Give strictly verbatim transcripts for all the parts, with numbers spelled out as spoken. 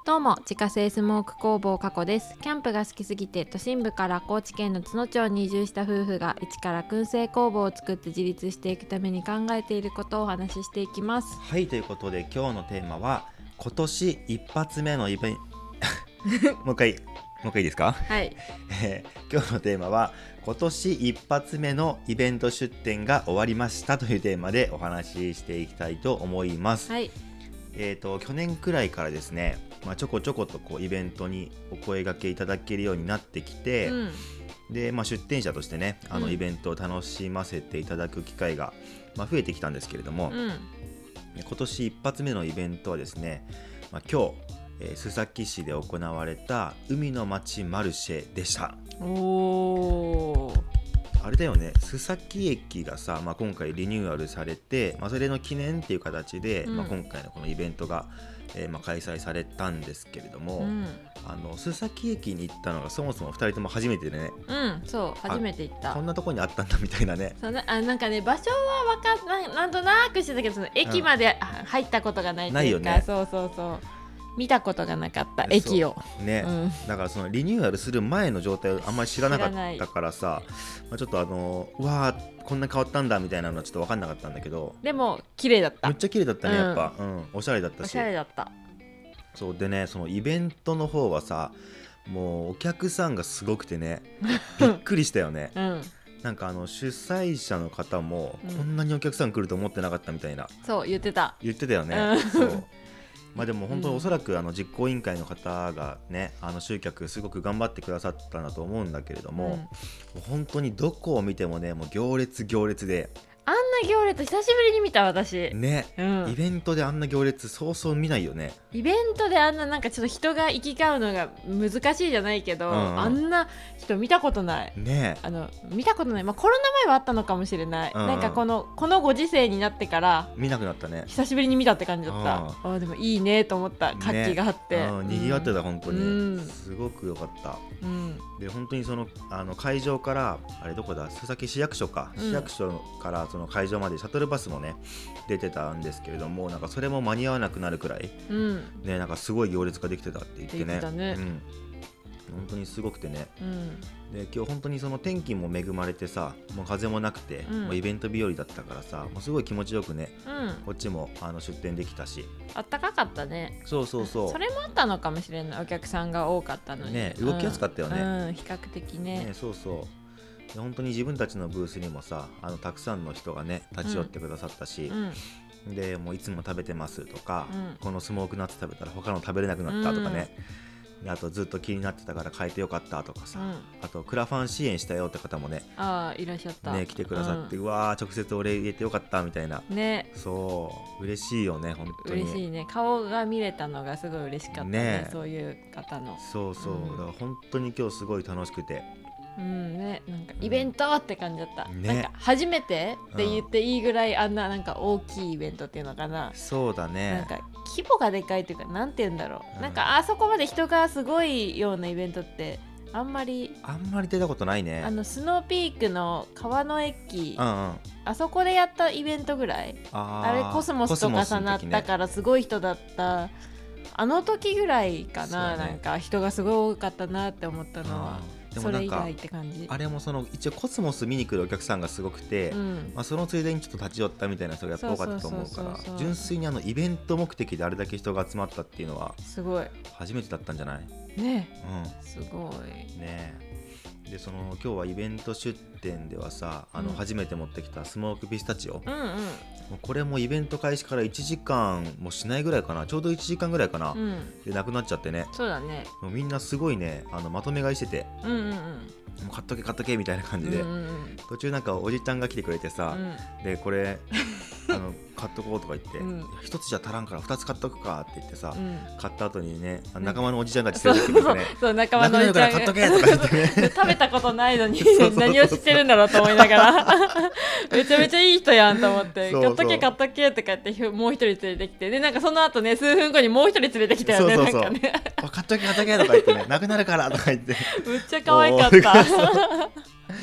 どうも、自家製スモーク工房加古です。キャンプが好きすぎて都心部から高知県の津野町に移住した夫婦が一から燻製工房を作って自立していくために考えていることをお話ししていきます。 はい、ということで今日のテーマは今年一発目のイベントもう一回もう一回いいですか？ はい、 えー、今日のテーマは今年一発目のイベント出店が終わりましたというテーマでお話ししていきたいと思います。 はい、 えーと去年くらいからですね、まあ、ちょこちょことこうイベントにお声掛けいただけるようになってきて、 うんでまあ、出店者としてねあのうんイベントを楽しませていただく機会が、まあ、増えてきたんですけれども、 うん今年一発目のイベントはですね、まあ、今日、えー須崎市で行われた海の町マルシェでした。 おーあれだよね、須崎駅がさ、まあ、今回リニューアルされて、まあ、それの記念っていう形で、 うんまあ、今回のこのイベントが、えーまあ、開催されたんですけれども、 うんあの須崎駅に行ったのがそもそもふたりとも初めてでね、 うん、そう初めて行った。 こんなとこにあったんだみたいなね。 そうなあなんかね場所は分かんななんとなくしてたけど、その駅まであ入ったことがないというか、 ないよねそうそうそう見たことがなかった駅を。 ね、 うんだからそのリニューアルする前の状態をあんまり知らなか知らないったからさ、まあ、ちょっとあのうわーこんな変わったんだみたいなのはちょっと分かんなかったんだけど、 でも綺麗だっためっちゃ綺麗だったね、やっぱ、うんおしゃれだったし。 おしゃれだった。 そうでね、そのイベントの方はさ、もうお客さんがすごくてねびっくりしたよね。 うんなんかあの主催者の方も、 うんこんなにお客さん来ると思ってなかったみたいなそう言ってた。 言ってたよね、 うんそうまあでも本当うんにおそらくあの実行委員会の方がね、あの集客すごく頑張ってくださったんだと思うんだけれども、 うんもう本当にどこを見てもね、もう行列行列であんな行列久しぶりに見た私、 ね、 うん、 イベントであんな行列そうそう見ないよね。 イベントであんななんかちょっと人が行き交うのが難しいじゃないけど、 うんうんあんな人見たことない。 ねあの見たことない、まあ、コロナ前はあったのかもしれない、 うんうんなんかこのこのご時世になってから見なくなったね。 久しぶりに見たって感じだった。あでもいいねと思った、活気があって、 うん、にぎわってた本当に、 うんすごく良かった。 うんで本当にそのあの会場からあれどこだ、須崎市役所か、 うん市役所からその会場までシャトルバスもね出てたんですけれども、なんかそれも間に合わなくなるくらいうんね、なんかすごい行列ができてたって言ってね。 できてたねうん、本当にすごくてね。 うんで今日本当にその天気も恵まれてさ、もう風もなくて、 うんもうイベント日和だったからさ、もうすごい気持ちよくねうんこっちもあの出店できたし、 あったかかったね。 そうそうそうそれもあったのかもしれない、お客さんが多かったのにね、動きやすかったよね。 うんうん比較的ねね、そうそうで本当に自分たちのブースにもさ、あのたくさんの人がね立ち寄ってくださったし、 うんでもういつも食べてますとか、 うんこのスモークナッツ食べたら他の食べれなくなったとかね、であとずっと気になってたから変えてよかったとかさ、 うんあとクラファン支援したよって方もねああいらっしゃった、 ね来てくださって、うわー直接お礼言えてよかったみたいな、 うんねそう嬉しいよね本当に。 嬉しいね、顔が見れたのがすごい嬉しかったね、 ねそういう方のそうそう、 うんだから本当に今日すごい楽しくて、 うんね、なんかイベントって感じだった、 ねなんか初めてって言っていいぐらいあんななんか大きいイベントっていうのかな、 そうだね、 なんか規模がでかいというかなんて言うんだろう、 うんなんかあそこまで人がすごいようなイベントってあんまりあんまり出たことないね。 あのスノーピークの川の駅、 うんうんあそこでやったイベントぐらい、 ああれコスモスと重なったからすごい人だったあの時ぐらいかな、 そうねなんか人がすごい多かったなって思ったのは、 でもなんかそれ以来って感じ。 あれもその一応コスモス見に来るお客さんがすごくて、 うんまあ、そのついでにちょっと立ち寄ったみたいな人がやっぱ多かったと思うからそうそうそうそう、 純粋にあのイベント目的であれだけ人が集まったっていうのはすごい初めてだったんじゃない？ ねうすごいんねえでその今日はイベント出店ではさ、あのうん初めて持ってきたスモークピスタチオ、 うんうんもうこれもイベント開始からいちじかんもしないぐらいかな、ちょうどいちじかんぐらいかな、 うんでなくなっちゃってね、 そうだねもうみんなすごいねあのまとめ買いしてて、 うんうんうんもう買っとけ買っとけみたいな感じで、 うんうんうん途中なんかおじちゃんが来てくれてさ、でこれあの買っとこうとか言って、 うんいや一つじゃ足らんから二つ買っとくかって言ってさ、 うん買った後にねん仲間のおじちゃんたちそうそうそう連れてきてね、 そう仲間なくなるからのおじちゃん買っとけとか言ってね食べたことないのにそうそうそう何を知ってるんだろうと思いながらめちゃめちゃいい人やんと思ってそうそう買っとけ買っとけとか言ってもう一人連れてきてでなんかその後ね数分後にもう一人連れてきたよねそうそうそうなんかねあ買っとけ買っとけとか言ってねなくなるからとか言ってむっちゃ可愛かっため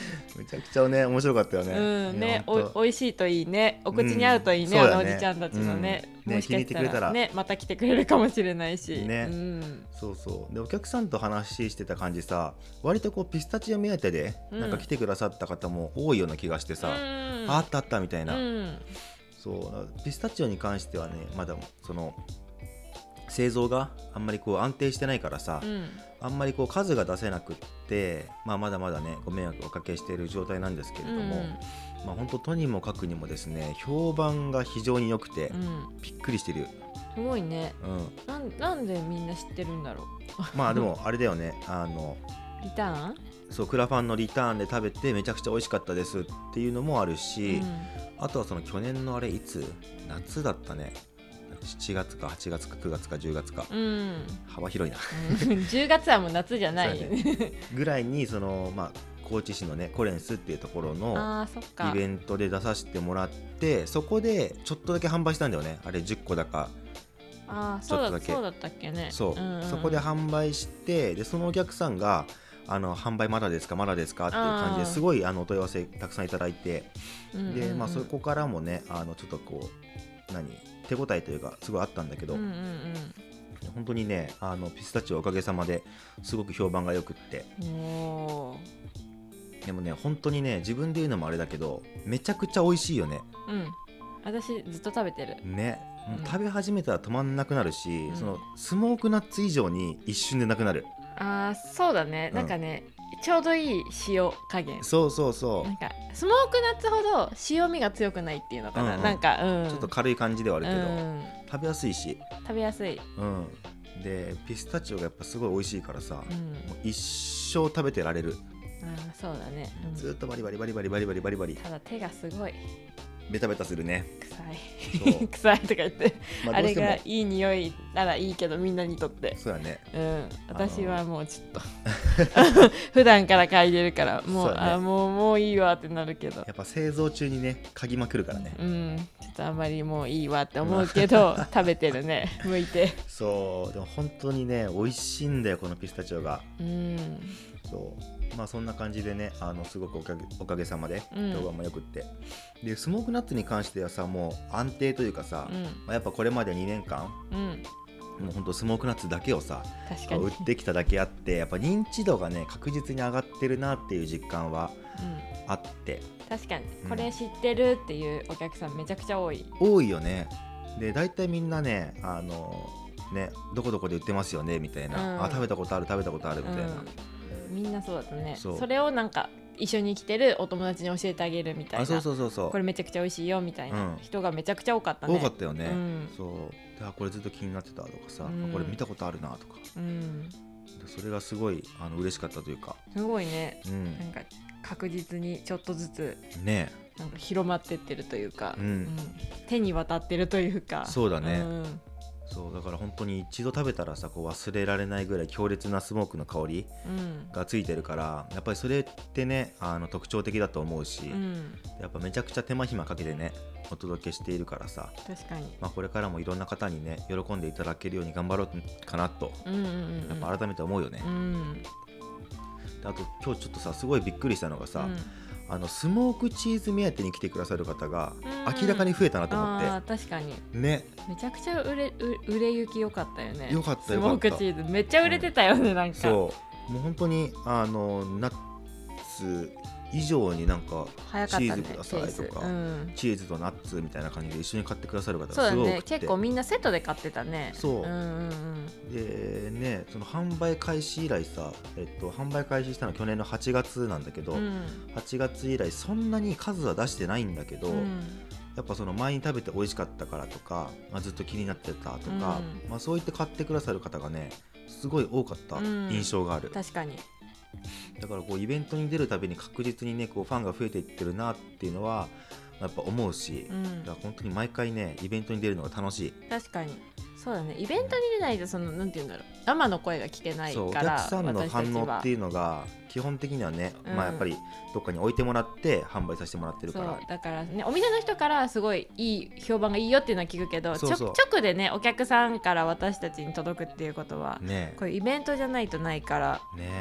めちゃくちゃね面白かったよね。 うんね、 ほんとお, おいしいといいね、お口に合うといいね、 うんあのおじちゃんたちのね、 うんねもしかした気に入ってくれたららねまた来てくれるかもしれないしね、 うん、 そうそうでお客さんと話してた感じさ、割とこうピスタチオ目当てでなんか来てくださった方も多いような気がしてさ、 うん、 ああったあったみたいな、 うん、 そうピスタチオに関してはねまだその製造があんまりこう安定してないからさ、 うん、 あんまりこう数が出せなくって、まあ、まだまだねご迷惑をおかけしている状態なんですけれども、 うんまあ、本当とにもかくにもですね評判が非常に良くて、 うん、 びっくりしてる。 すごいね、 うん、 なんなんでみんな知ってるんだろうまあでもあれだよねあのリターンそうクラファンのリターンで食べてめちゃくちゃ美味しかったですっていうのもあるし、 うんあとはその去年のあれいつ夏だったね、しちがつかはちがつかくがつかじゅうがつか、 うん、 幅広いなうんじゅうがつはもう夏じゃない、 ね、ぐらいにそのまあ高知市のねコレンスっていうところのあーそっかイベントで出させてもらって、そこでちょっとだけ販売したんだよね、あれじゅっこだか。 あーそうだちょっとだけそうだったっけね。 そう、 んんそこで販売して、でそのお客さんがあの販売まだですかまだですかっていう感じですごいあのお問い合わせたくさんいただいて、 うんうんうんで、まあ、そこからもねあのちょっとこう何手応えというかすごいあったんだけど、 うんうんうん本当にねあのピスタチオおかげさまですごく評判がよくって、 おーでもね本当にね自分で言うのもあれだけどめちゃくちゃ美味しいよね。 うん私ずっと食べてる。 ね、もううん食べ始めたら止まんなくなるし、 うんそのスモークナッツ以上に一瞬でなくなる。 あーそうだね、 うんなんかねちょうどいい塩加減、 そうそうそなんかスモークナッツほど塩味が強くないっていうのかな、 うんうんなんか、うん、 うちょっと軽い感じではあるけど、 うん、 食べやすいし、 食べやすい、 うん、でピスタチオがやっぱすごい美味しいからさ、 うん、 もう一生食べてられる、 あーそうだね、うんずーっとバリバリバリバリバリバリバリバリただ手がすごいベタベタするね。 臭いそう臭いとか言って、 まあれどうしてもがいい匂いならいいけどみんなにとって、 そうやね。 うん、私はもうちょっと普段から嗅いでるからもうそうだねあもうもういいわってなるけど、 やっぱ製造中にね嗅ぎまくるからね。 うんちょっとあんまりもういいわって思うけど食べてるね向いて、 そうでも本当にね美味しいんだよこのピスタチオが。 うんそうまあそんな感じでねあのすごくおかげおかげさまでうん評判もよくって、でスモークナッツに関してはさもう安定というかさ、 うんまあ、やっぱこれまでにねんかんうんもうほんとスモークナッツだけをさ確かに、 売ってきただけあってやっぱ認知度がね確実に上がってるなっていう実感はうん、 あって、 確かにうんこれ知ってるっていうお客さんめちゃくちゃ多い、 多いよね。で大体みんなねあのねどこどこで売ってますよねみたいな、 うんあ食べたことある食べたことあるみたいな、 うん、みんなそうだったね。 そそうれをなんか一緒に来てるお友達に教えてあげるみたいな、 あそうそうそうそうこれめちゃくちゃ美味しいよみたいなうん人がめちゃくちゃ多かったね。 多かったよね、 うんそうであこれずっと気になってたとかさ、 うんあこれ見たことあるなとか、 うん、 でそれがすごいあの嬉しかったというか、 すごいね、 うんなんか確実にちょっとずつねなんか広まってってるというか、 うんうん手に渡ってるというか、 そうだねんそうだから本当に一度食べたらさこう忘れられないぐらい強烈なスモークの香りうんがついてるからやっぱりそれってねあの特徴的だと思うし、 うん、 やっぱめちゃくちゃ手間暇かけてねお届けしているからさ、 確かに、 まあ、これからもいろんな方にね喜んでいただけるように頑張ろうかなとうんうんうんやっぱ改めて思うよね、 うんであと今日ちょっとさすごいびっくりしたのがさ、 うんあのスモークチーズ目当てに来てくださる方がうん明らかに増えたなと思って、 あー確かにねめちゃくちゃ売れ売売れ行き良かったよね。 よかったスモーよかったクチーズめっちゃ売れてたよね、なんかそうもう本当にあのナッツ以上になんか早かったねチーズくださいとかペースうん、 チーズとナッツみたいな感じで一緒に買ってくださる方そうだがすごい多くて、 ね結構みんなセットで買ってたね。 そうんうんうんでねその販売開始以来さ、えっと、販売開始したのは去年のはちがつなんだけど、 うんはちがつ以来そんなに数は出してないんだけど、 うんやっぱその前に食べて美味しかったからとか、まあ、ずっと気になってたとか、 うんまあ、そう言って買ってくださる方がねすごい多かったうん印象がある、 確かにだからこうイベントに出るたびに確実にねこうファンが増えていってるなっていうのはやっぱ思うし、 うんだから本当に毎回ねイベントに出るのが楽しい。 確かにそうだね。イベントに出ないとそのなんて言うんだろう生の声が聞けないそうおから客さんの私たちは反応っていうのが基本的にはね、 うんまあやっぱりどっかに置いてもらって販売させてもらってるかそうらだからねお店の人からすごいいい評判がいいよっていうのは聞くけどそうそうちょ直でねお客さんから私たちに届くっていうことはねこういうイベントじゃないとないから、 えね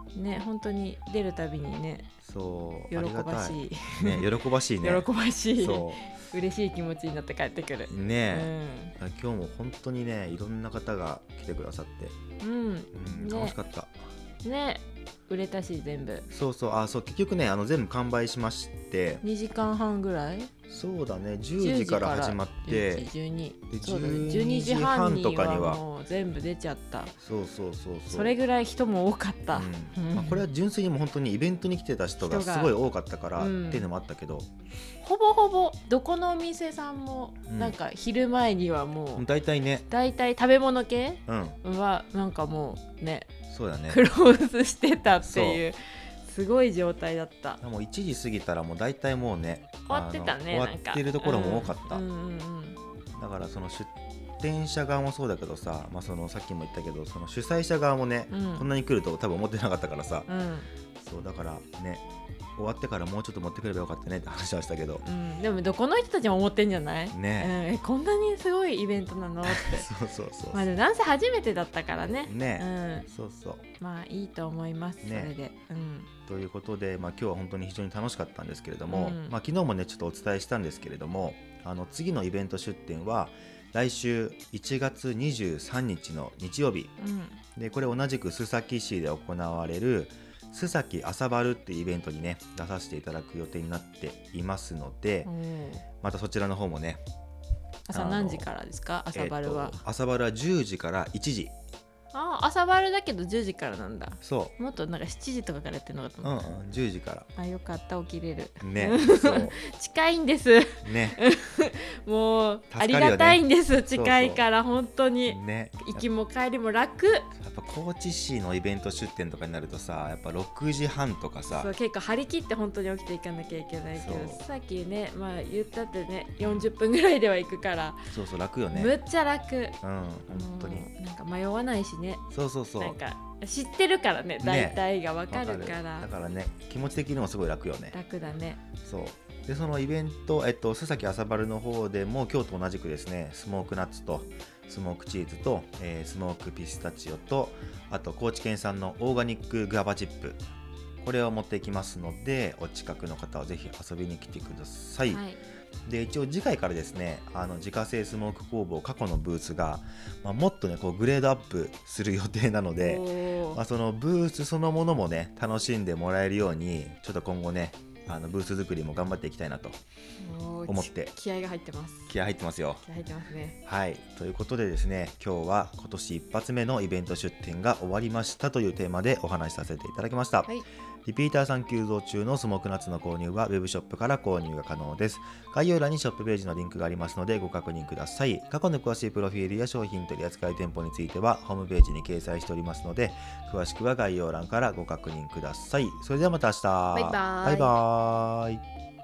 ね本当に出るたびにねそう喜ばしいね喜ばしいね喜ばしいそう嬉しい気持ちになって帰ってくるね、うん、今日も本当にねいろんな方が来てくださってうん、 うん、楽しかったね売れたし全部そうそうあそう結局ねあの全部完売しましてにじかんはんぐらいそうだねじゅうじから始まってじゅうにそうだねじゅうにじはんとかにはもう全部出ちゃったそうそうそうそうそれぐらい人も多かった、 うんまあ、これは純粋にも本当にイベントに来てた人がすごい多かったからっていうのもあったけど、うん、 ほぼほぼどこのお店さんもなんか昼前にはもう大体ね大体食べ物系うんはなんかもうねそうだねクローズしてたっていうすごい状態だった。 もういちじ過ぎたらもう大体もうね終わってたね終わってるところも多かった、 うんうんうんうん、 だからその出店者側もそうだけどさ、まあ、そのさっきも言ったけどその主催者側もね、うん、こんなに来ると多分思ってなかったからさ、 うん、 そうだからね終わってからもうちょっと持ってくればよかったねって話はしたけど、 うん、でもどこの人たちも思ってんじゃないね、 うん、えこんなにすごいイベントなのってそうそうそうまあなんせ初めてだったからねね、 うん、 そうそうまあいいと思います、ね、それで、うん、 ということで、まあ、今日は本当に非常に楽しかったんですけれども、 うんまあ、昨日もねちょっとお伝えしたんですけれどもあの次のイベント出店は来週いちがつにじゅうさんにちの日曜日、うん、でこれ同じく須崎市で行われる須崎朝バルっていうイベントにね出させていただく予定になっていますので、またそちらの方もね朝何時からですか朝バルは、 えー、朝バルはじゅうじからいちじあ朝バルだけどじゅうじからなんだそうもっとなんかしちじとかからやってるのかと思った、 うんうん、じゅうじからあよかった起きれるねそう近いんですねもう、 ね、 ありがたいんです近いから本当にね行きも帰りも楽やっぱ高知市のイベント出店とかになるとさやっぱろくじはんとかさそう結構張り切って本当に起きていかなきゃいけないけどさっきねまあ言ったってねよんじゅっぷんぐらいでは行くからそうそう楽よねむっちゃ楽うん本当になんか迷わないしねそうそうそうなんか知ってるからね大体が分かるから、 ね、だからね気持ち的にもすごい楽よね楽だねそうでそのイベント、えっと、須崎朝バルの方でも今日と同じくですねスモークナッツとスモークチーズと、えー、スモークピスタチオとあと高知県産のオーガニックグアバチップこれを持っていきますのでお近くの方はぜひ遊びに来てください、はい、で一応次回からですねあの自家製スモーク工房過去のブースが、まあ、もっとねこうグレードアップする予定なので、まあ、そのブースそのものもね楽しんでもらえるようにちょっと今後ねあのブース作りも頑張っていきたいなと思って気合が入ってます気合入ってますよ気合入ってますねはいということでですね今日は今年一発目のイベント出店が終わりましたというテーマでお話しさせていただきました、はい、リピーターさん急増中のスモークナッツの購入はウェブショップから購入が可能です。概要欄にショップページのリンクがありますのでご確認ください。過去の詳しいプロフィールや商品取扱店舗についてはホームページに掲載しておりますので詳しくは概要欄からご確認ください。それではまた明日。 バイバーイ。 バイバーイ。